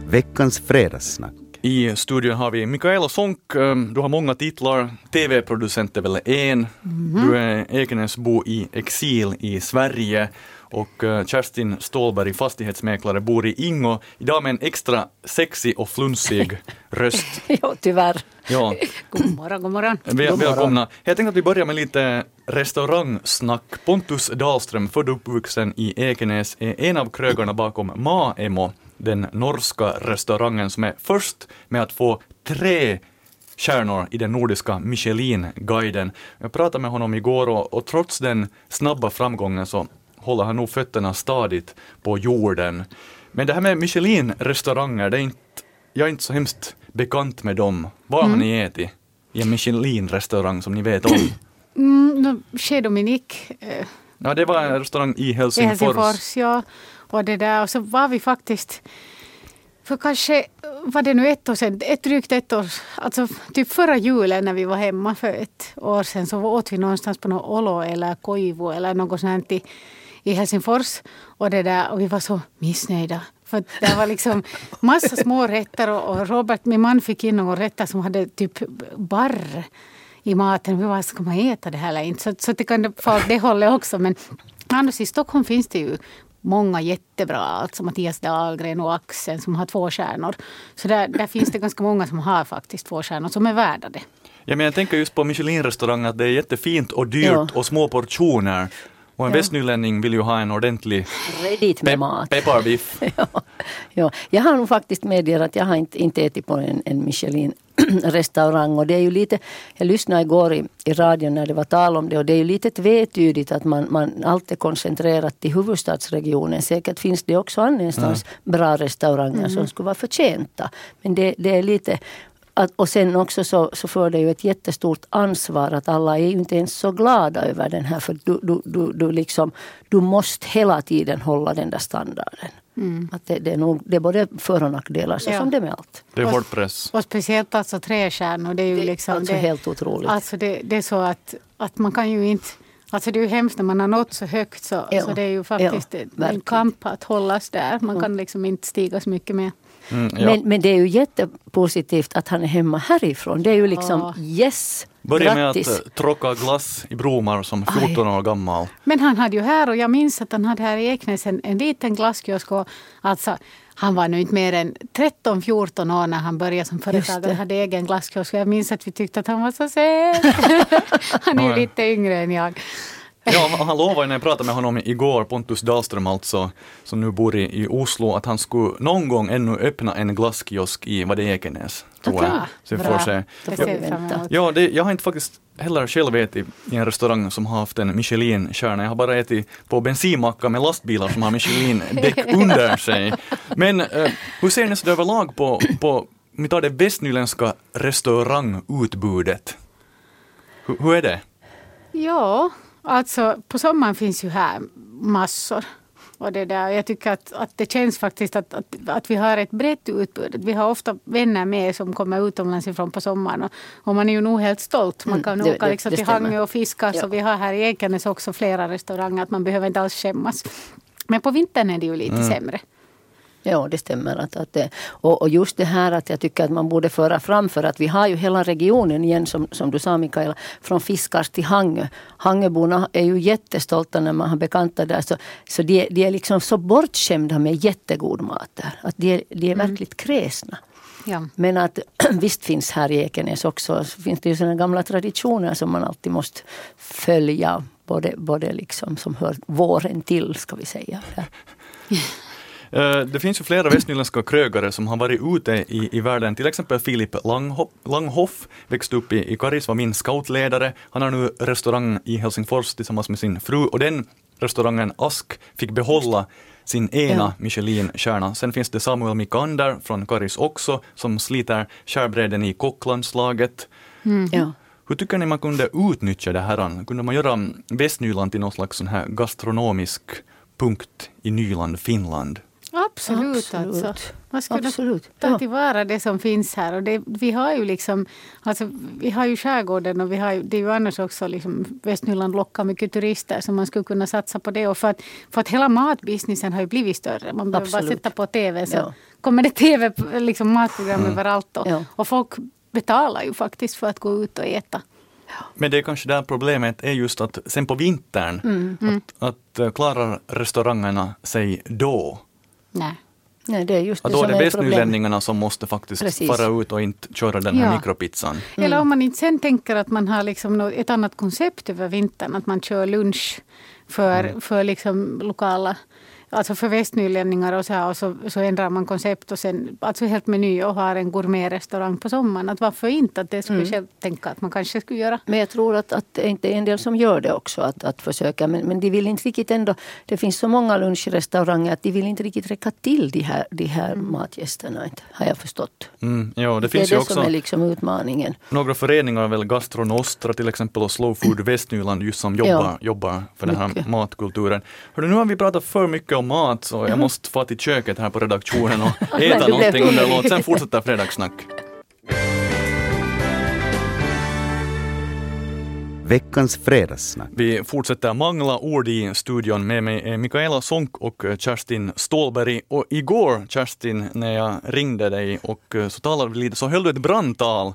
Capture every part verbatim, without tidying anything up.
veckans fredagssnack. I studion har vi Mikaela Sonck. Du har många titlar. T V-producent är väl en. Mm-hmm. Du är Ekenäsbo i exil i Sverige. Och Kerstin Ståhlberg, fastighetsmäklare, bor i Ingo. Idag med en extra sexy och flunsig röst. Ja, tyvärr. Ja. God morgon, god morgon. Välkomna. Jag tänkte att vi börjar med lite restaurangsnack. Pontus Dahlström, född uppvuxen i Ekenäs, är en av krögarna bakom Maaemo, den norska restaurangen som är först med att få tre stjärnor i den nordiska Michelin-guiden. Jag pratade med honom igår och, och trots den snabba framgången så håller han nog fötterna stadigt på jorden. Men det här med Michelin-restauranger, det är inte, jag är inte så hemskt bekant med dem. Vad mm. har ni ätit i en Michelin-restaurang som ni vet om? Mm, no, Chez Dominique. Eh, ja, det var en restaurang i Helsingfors. I Helsingfors, ja. Och det där, och så var vi faktiskt, för kanske var det nu ett år sedan, ett drygt ett år, alltså typ förra julen när vi var hemma för ett år sedan, så åt vi någonstans på något Olo eller Koivu eller något sånt i, i Helsingfors. Och det där, och vi var så missnöjda. För det var liksom massa små rätter och, och Robert, min man, fick in några rätter som hade typ barr i maten. Vi var, ska man äta det här eller inte? Så, så det kan få det hållet också. Men annars i Stockholm finns det ju många jättebra, alltså Mattias Dahlgren och Axel som har två stjärnor. Så där, där finns det ganska många som har faktiskt två stjärnor som är värda det. Ja, men jag tänker just på Michelin-restaurang att det är jättefint och dyrt ja. och små portioner. Och en ja. västnylänning vill ju ha en ordentlig Redigt med pe- mat. pepparbiff. ja, ja. Jag har nog faktiskt meddelat att jag har inte, inte ätit på en, en Michelin-restaurang. Och det är ju lite, jag lyssnade igår i, i radion när det var tal om det. Och det är ju lite tvetydigt att man, man alltid är koncentrerat till huvudstadsregionen. Säkert finns det också annanstans mm. bra restauranger mm. som skulle vara förtjänta. Men det, det är lite... Att, och sen också så, så får det ju ett jättestort ansvar att alla är ju inte ens så glada över den här. För du, du, du, du, liksom, du måste hela tiden hålla den där standarden. Mm. Att det, det, är nog, det är både för- och nackdelar så ja. som det med allt. Det är hård press. Och speciellt alltså tre stjärnor. Det är ju det, liksom... Alltså det, helt otroligt. Alltså det, det är så att, att man kan ju inte... Alltså det är ju hemskt när man har nått så högt så, ja. så det är ju faktiskt ja, en kamp att hållas där. Man kan liksom inte stiga så mycket mer. Mm, ja. men, men det är ju jättepositivt att han är hemma härifrån. Det är ju liksom oh. yes, Börja grattis. med att uh, tråka glass i Bromar som fjorton år gammal. Men han hade ju här, och jag minns att han hade här i Eknäs en, en liten glasskiosk. Och alltså, han var nu inte mer än tretton fjorton år när han började som företagare och hade egen glasskiosk. Jag minns att vi tyckte att han var så söt. Han är ju lite yngre än jag. Ja, han lovade när jag pratade med honom igår, Pontus Dahlström alltså, som nu bor i, i Oslo, att han skulle någon gång ännu öppna en glasskiosk i vad det är Ekenäs, tror okay. jag. Så vi får se. Ja, ja det, jag har inte faktiskt heller själv ätit i en restaurang som har haft en Michelin-stjärna. Jag har bara ätit på bensinmackar med lastbilar som har Michelin-däck under sig. Men eh, hur ser ni så överlag på, på vi tar det västnyländska restaurangutbudet? H- hur är det? Ja, alltså på sommaren finns ju här massor. Och det där, jag tycker att, att det känns faktiskt att, att, att vi har ett brett utbud. Vi har ofta vänner med som kommer utomlands ifrån på sommaren. Och, och man är ju nog helt stolt. Man kan mm, åka det, liksom det, det till Hangö och fiska. Ja. Så vi har här i Ekenäs också flera restauranger. Att man behöver inte alls skämmas. Men på vintern är det ju lite mm. sämre. Ja, det stämmer. Att, att det, och, och just det här att jag tycker att man borde föra fram, för att vi har ju hela regionen igen, som, som du sa Mikaela, från Fiskars till Hangö. Hangöborna är ju jättestolta när man har bekanta där. Så, så de, de är liksom så bortskämda med jättegod mat där. Att de, de är mm. verkligt kräsna. Ja. Men att visst finns här i Ekenäs också, så finns det ju sådana gamla traditioner som man alltid måste följa. Både, både liksom som hör våren till, ska vi säga. Det finns ju flera västnyländska krögare som har varit ute i, i världen. Till exempel Filip Langhoff, Langhoff växte upp i, i Karis, var min scoutledare. Han har nu restaurang i Helsingfors tillsammans med sin fru. Och den restaurangen Ask fick behålla sin ena ja. Michelin-stjärna. Sen finns det Samuel Mikander från Karis också, som sliter skärbräden i kocklandslaget. Mm. Ja. Hur tycker ni man kunde utnyttja det här? Kunde man göra Västnyland till någon slags sån här gastronomisk punkt i Nyland, Finland? Absolut, Absolut. alltså. Man skulle Absolut. ta Ja. tillvara det som finns här. Och det, vi har ju liksom, alltså vi har ju skärgården och vi har ju, det är ju annars också liksom Västnyland lockar mycket turister så man skulle kunna satsa på det. Och för att, för att hela matbusinessen har ju blivit större. Man behöver bara Absolut. sätta på tv så Ja. kommer det tv, liksom matprogram Mm. överallt. Och, Ja. och folk betalar ju faktiskt för att gå ut och äta. Men det är kanske där problemet är just att sen på vintern, Mm. att, att uh, klarar restaurangerna sig då? Nej. Nej, det är just Att det då är som det är problemet. västnylänningarna som måste faktiskt Precis. fara ut och inte köra den här Ja. mikropizzan. Eller om man inte sen tänker att man har liksom något, ett annat koncept över vintern. Att man kör lunch för, Mm. för liksom lokala, alltså för västnylänningar och så här. Och så, så ändrar man koncept och sen alltså helt meny och har en gourmetrestaurang på sommaren. Att varför inte? Att det skulle Mm. jag själv tänka att man kanske skulle göra. Men jag tror att, att det inte är en del som gör det också, att, att försöka. Men, men de vill inte riktigt ändå, det finns så många lunchrestauranger att de vill inte riktigt räcka till de här, de här Mm. matgästerna, inte, har jag förstått. Mm, ja, det Det, finns är ju det som också är liksom utmaningen. några föreningar, väl Gastro Nostra till exempel och Slow Food Västnyland just som jobbar, Ja. jobbar för den här Mycket. matkulturen. Hörru, nu har vi pratat för mycket om mat så jag måste få till köket här på redaktionen och Men äta du någonting blev under hungrig. låt. Sen fortsätter fredagssnack. Veckans fredagssnack. Vi fortsätter mangla ord i studion. Med mig är Mikaela Sonck och Kerstin Stålberg. Och igår, Kerstin, när jag ringde dig och så talade vi lite, så höll du ett brandtal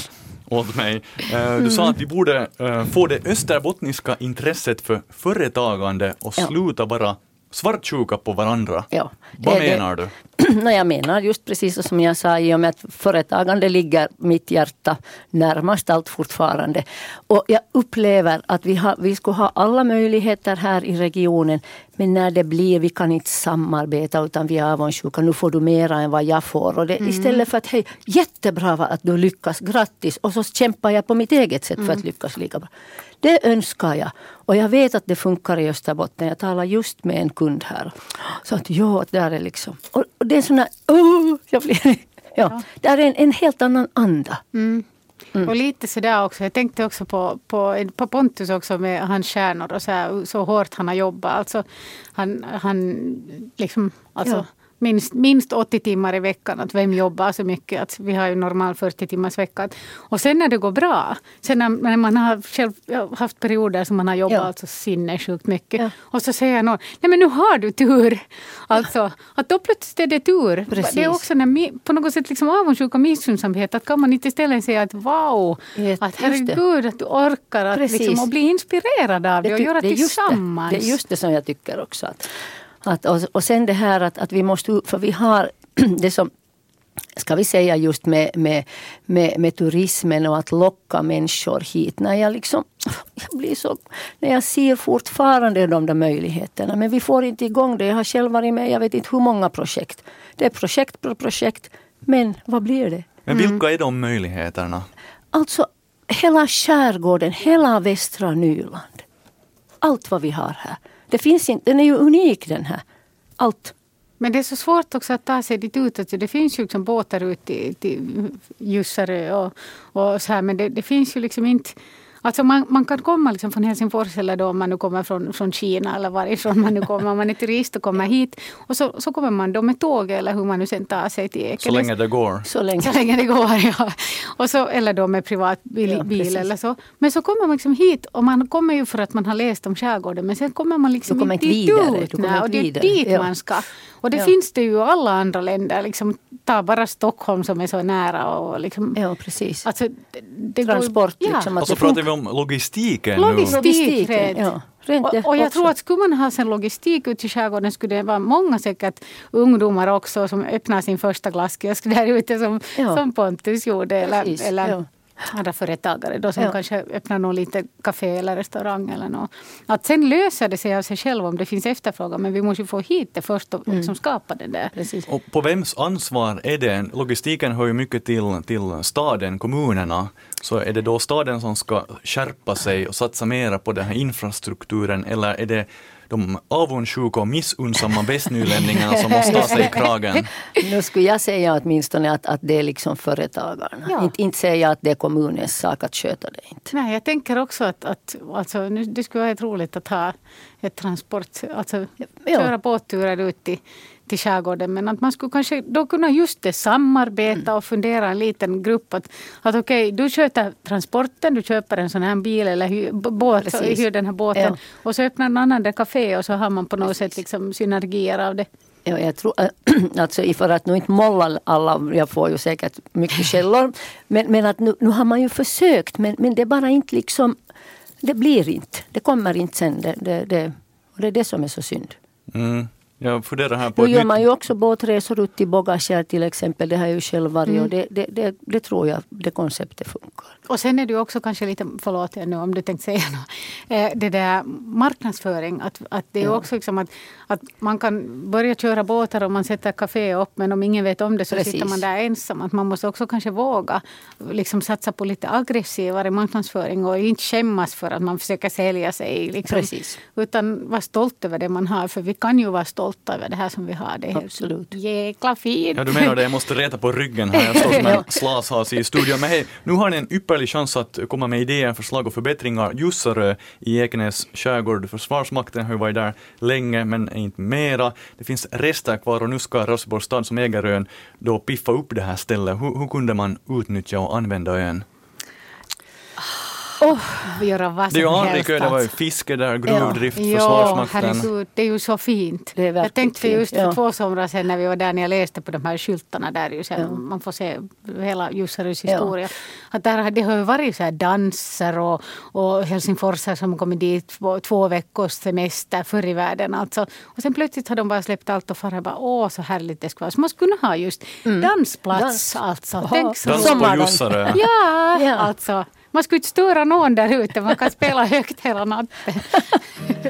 åt mig. Eh, Du sa att vi borde eh, få det österbottniska intresset för företagande och Ja. sluta vara svartsjuka på varandra. Ja, Vad det är det. menar du? No, jag menar just precis som jag sa, i och med att företagande ligger mitt hjärta närmast allt fortfarande. Och jag upplever att vi, har, vi skulle ha alla möjligheter här i regionen, men när det blir, vi kan inte samarbeta utan vi är avundsjuka, nu får du mera än vad jag får. Och det, Mm. istället för att, hej, jättebra att du lyckas, grattis, och så kämpar jag på mitt eget sätt för att lyckas lika bra. Det önskar jag. Och jag vet att det funkar i Österbotten. Jag talar just med en kund här. Så att ja, där är liksom. Och, och det är sån här, oh, jag blir, ja, ja. Det är en, en helt annan anda. Mm. Och lite sådär också. Jag tänkte också på, på, på Pontus också med hans stjärnor och så, här, så hårt han har jobbat. Alltså, han, han liksom, alltså, Ja. minst, minst åttio timmar i veckan. Att vem jobbar så mycket? Att vi har ju normal fyrtio timmars vecka. Och sen när det går bra, sen när, när man har själv haft perioder som man har jobbat Ja. alltså sinnessjukt mycket. Ja. Och så säger någon, nej men nu har du tur. Alltså, att då plötsligt är det tur. Precis. Det är också när, mi- på något sätt liksom avundsjuk och missunnsamhet. Att kan man inte istället säga att wow, Just- att just det. herregud att du orkar att Precis. liksom, och bli inspirerad av det och ty- göra det är just tillsammans. Det. det är just det som jag tycker också. Att, att, och, och sen det här att, att vi måste, för vi har det som, ska vi säga just med, med, med, med turismen och att locka människor hit. När jag liksom, jag blir så, när jag ser fortfarande de där möjligheterna. Men vi får inte igång det. Jag har själv varit med, jag vet inte hur många projekt. Det är projekt på projekt. Men vad blir det? Men vilka är de möjligheterna? Alltså hela skärgården, hela västra Nyland. Allt vad vi har här. Det finns inte, den är ju unik den här. Allt. Men det är så svårt också att ta sig dit ut. Alltså, det finns ju liksom båtar ut till, till Jussarö och, och så här. Men det, det finns ju liksom inte. Alltså man, man kan komma liksom från Helsingfors eller då om man nu kommer från, från Kina eller varifrån man nu kommer. Man är turist och kommer hit. Och så, så kommer man då med tåg eller hur man nu sen tar sig till Ekenäs. Så länge det går. Så länge. Så länge det går, ja. Och så, eller då med privat bil, Ja, bil precis. eller så. Men så kommer man liksom hit och man kommer ju för att man har läst om skärgården. Men sen kommer man liksom Du kommer inte inte dit vidare, ut. du kommer Nej, inte och det är vidare. dit Ja. man ska. Och det Ja. finns det ju i alla andra länder. Liksom, ta bara Stockholm som är så nära. Och liksom, Ja, precis. alltså, det, det Transport, går, liksom, att Och så det pratar vi om logistiken Logistik. nu. Logistik, rätt. ja. Rent det Och, och jag också. tror att skulle man ha sen logistik ut i skärgården skulle det vara många säkert ungdomar också som öppnar sin första glasskiosk där ute som, Ja. som Pontus gjorde. Eller, Precis, eller ja. andra företagare då som Ja. kanske öppnar någon liten café eller restaurang eller något. Att sen löser det sig av sig själv om det finns efterfrågan, men vi måste ju få hit det först och liksom skapa det där. Precis. Och på vems ansvar är det? Logistiken hör ju mycket till, till staden, kommunerna. Så är det då staden som ska skärpa sig och satsa mera på den här infrastrukturen, eller är det de avundsjuka och missunnsamma västnylänningarna som måste ta sig i kragen? Nu skulle jag säga åtminstone att, att det är liksom företagarna. Ja. Inte, inte säga att det är kommunens sak att sköta det inte. Nej, jag tänker också att, att alltså, nu, det skulle vara helt roligt att ha ett transport, alltså Ja. köra båtturer ut till, till skärgården. Men att man skulle kanske då kunna just det samarbeta och fundera en liten grupp. Att, att okej, okay, du sköter transporten, du köper en sån här bil eller hy, båt, och hyr den här båten. Ja. Och så öppnar någon annan där café och så har man på något Precis. sätt liksom synergier av det. Ja, jag tror, alltså för att nu inte molla alla, jag får ju säkert mycket källor, men, men att nu, nu har man ju försökt, men, men det är bara inte liksom, det blir inte, det kommer inte sen, det, det, det, och det är det som är så synd. Mm. Jag funderar här på nu gör nytt... man ju också båtresor ut till Bogashär till exempel, det har jag ju själv varit mm. och det, det, det, det tror jag, det konceptet funkar. Och sen är det ju också kanske lite, förlåt nu om du tänkte säga något, det där marknadsföring, att, att det är ja. också liksom att, att man kan börja köra båtar och man sätter café upp, men om ingen vet om det så Precis. sitter man där ensam. Att man måste också kanske våga liksom satsa på lite aggressivare marknadsföring och inte skämmas för att man försöker sälja sig. Liksom, Precis. Utan vara stolt över det man har, för vi kan ju vara stolta över det här som vi har. Det är Absolut. jäkla fint. Ja, du menar det, jag måste reta på ryggen här. Jag står som en slashas i studion. Men hej, nu har ni en ypperlig chans att komma med idéer, förslag och förbättringar. Jussarö i Ekenäs skärgård. Försvarsmakten har ju varit där länge, men inte mera. Det finns rester kvar och nu ska Rosborgs stad som äger ön då piffa upp det här stället. Hur, hur kunde man utnyttja och använda ön? Oh, göra vad det är ju som anrik, helst. det var ju fiske där, gruvdrift, ja. försvarsmakten. Ja, herregud, det är ju så fint. Det är jag tänkte för just för ja. två somrar sedan när vi var där, när jag läste på de här skyltarna där ju sen, ja. man får se hela Jussarös historia. Ja. Att där, det har ju varit så här danser och, och helsingforsare som kommit dit två, två veckors semester förr i världen. Alltså. Och sen plötsligt har de bara släppt allt och farrat bara, åh så härligt det ska vara. Så man skulle ha just mm. dansplats Dans. alltså. Tänk så. Dans på Jussarö. Ja, ja, alltså. Man skulle inte störa någon där ute. Man kan spela högt hela natten.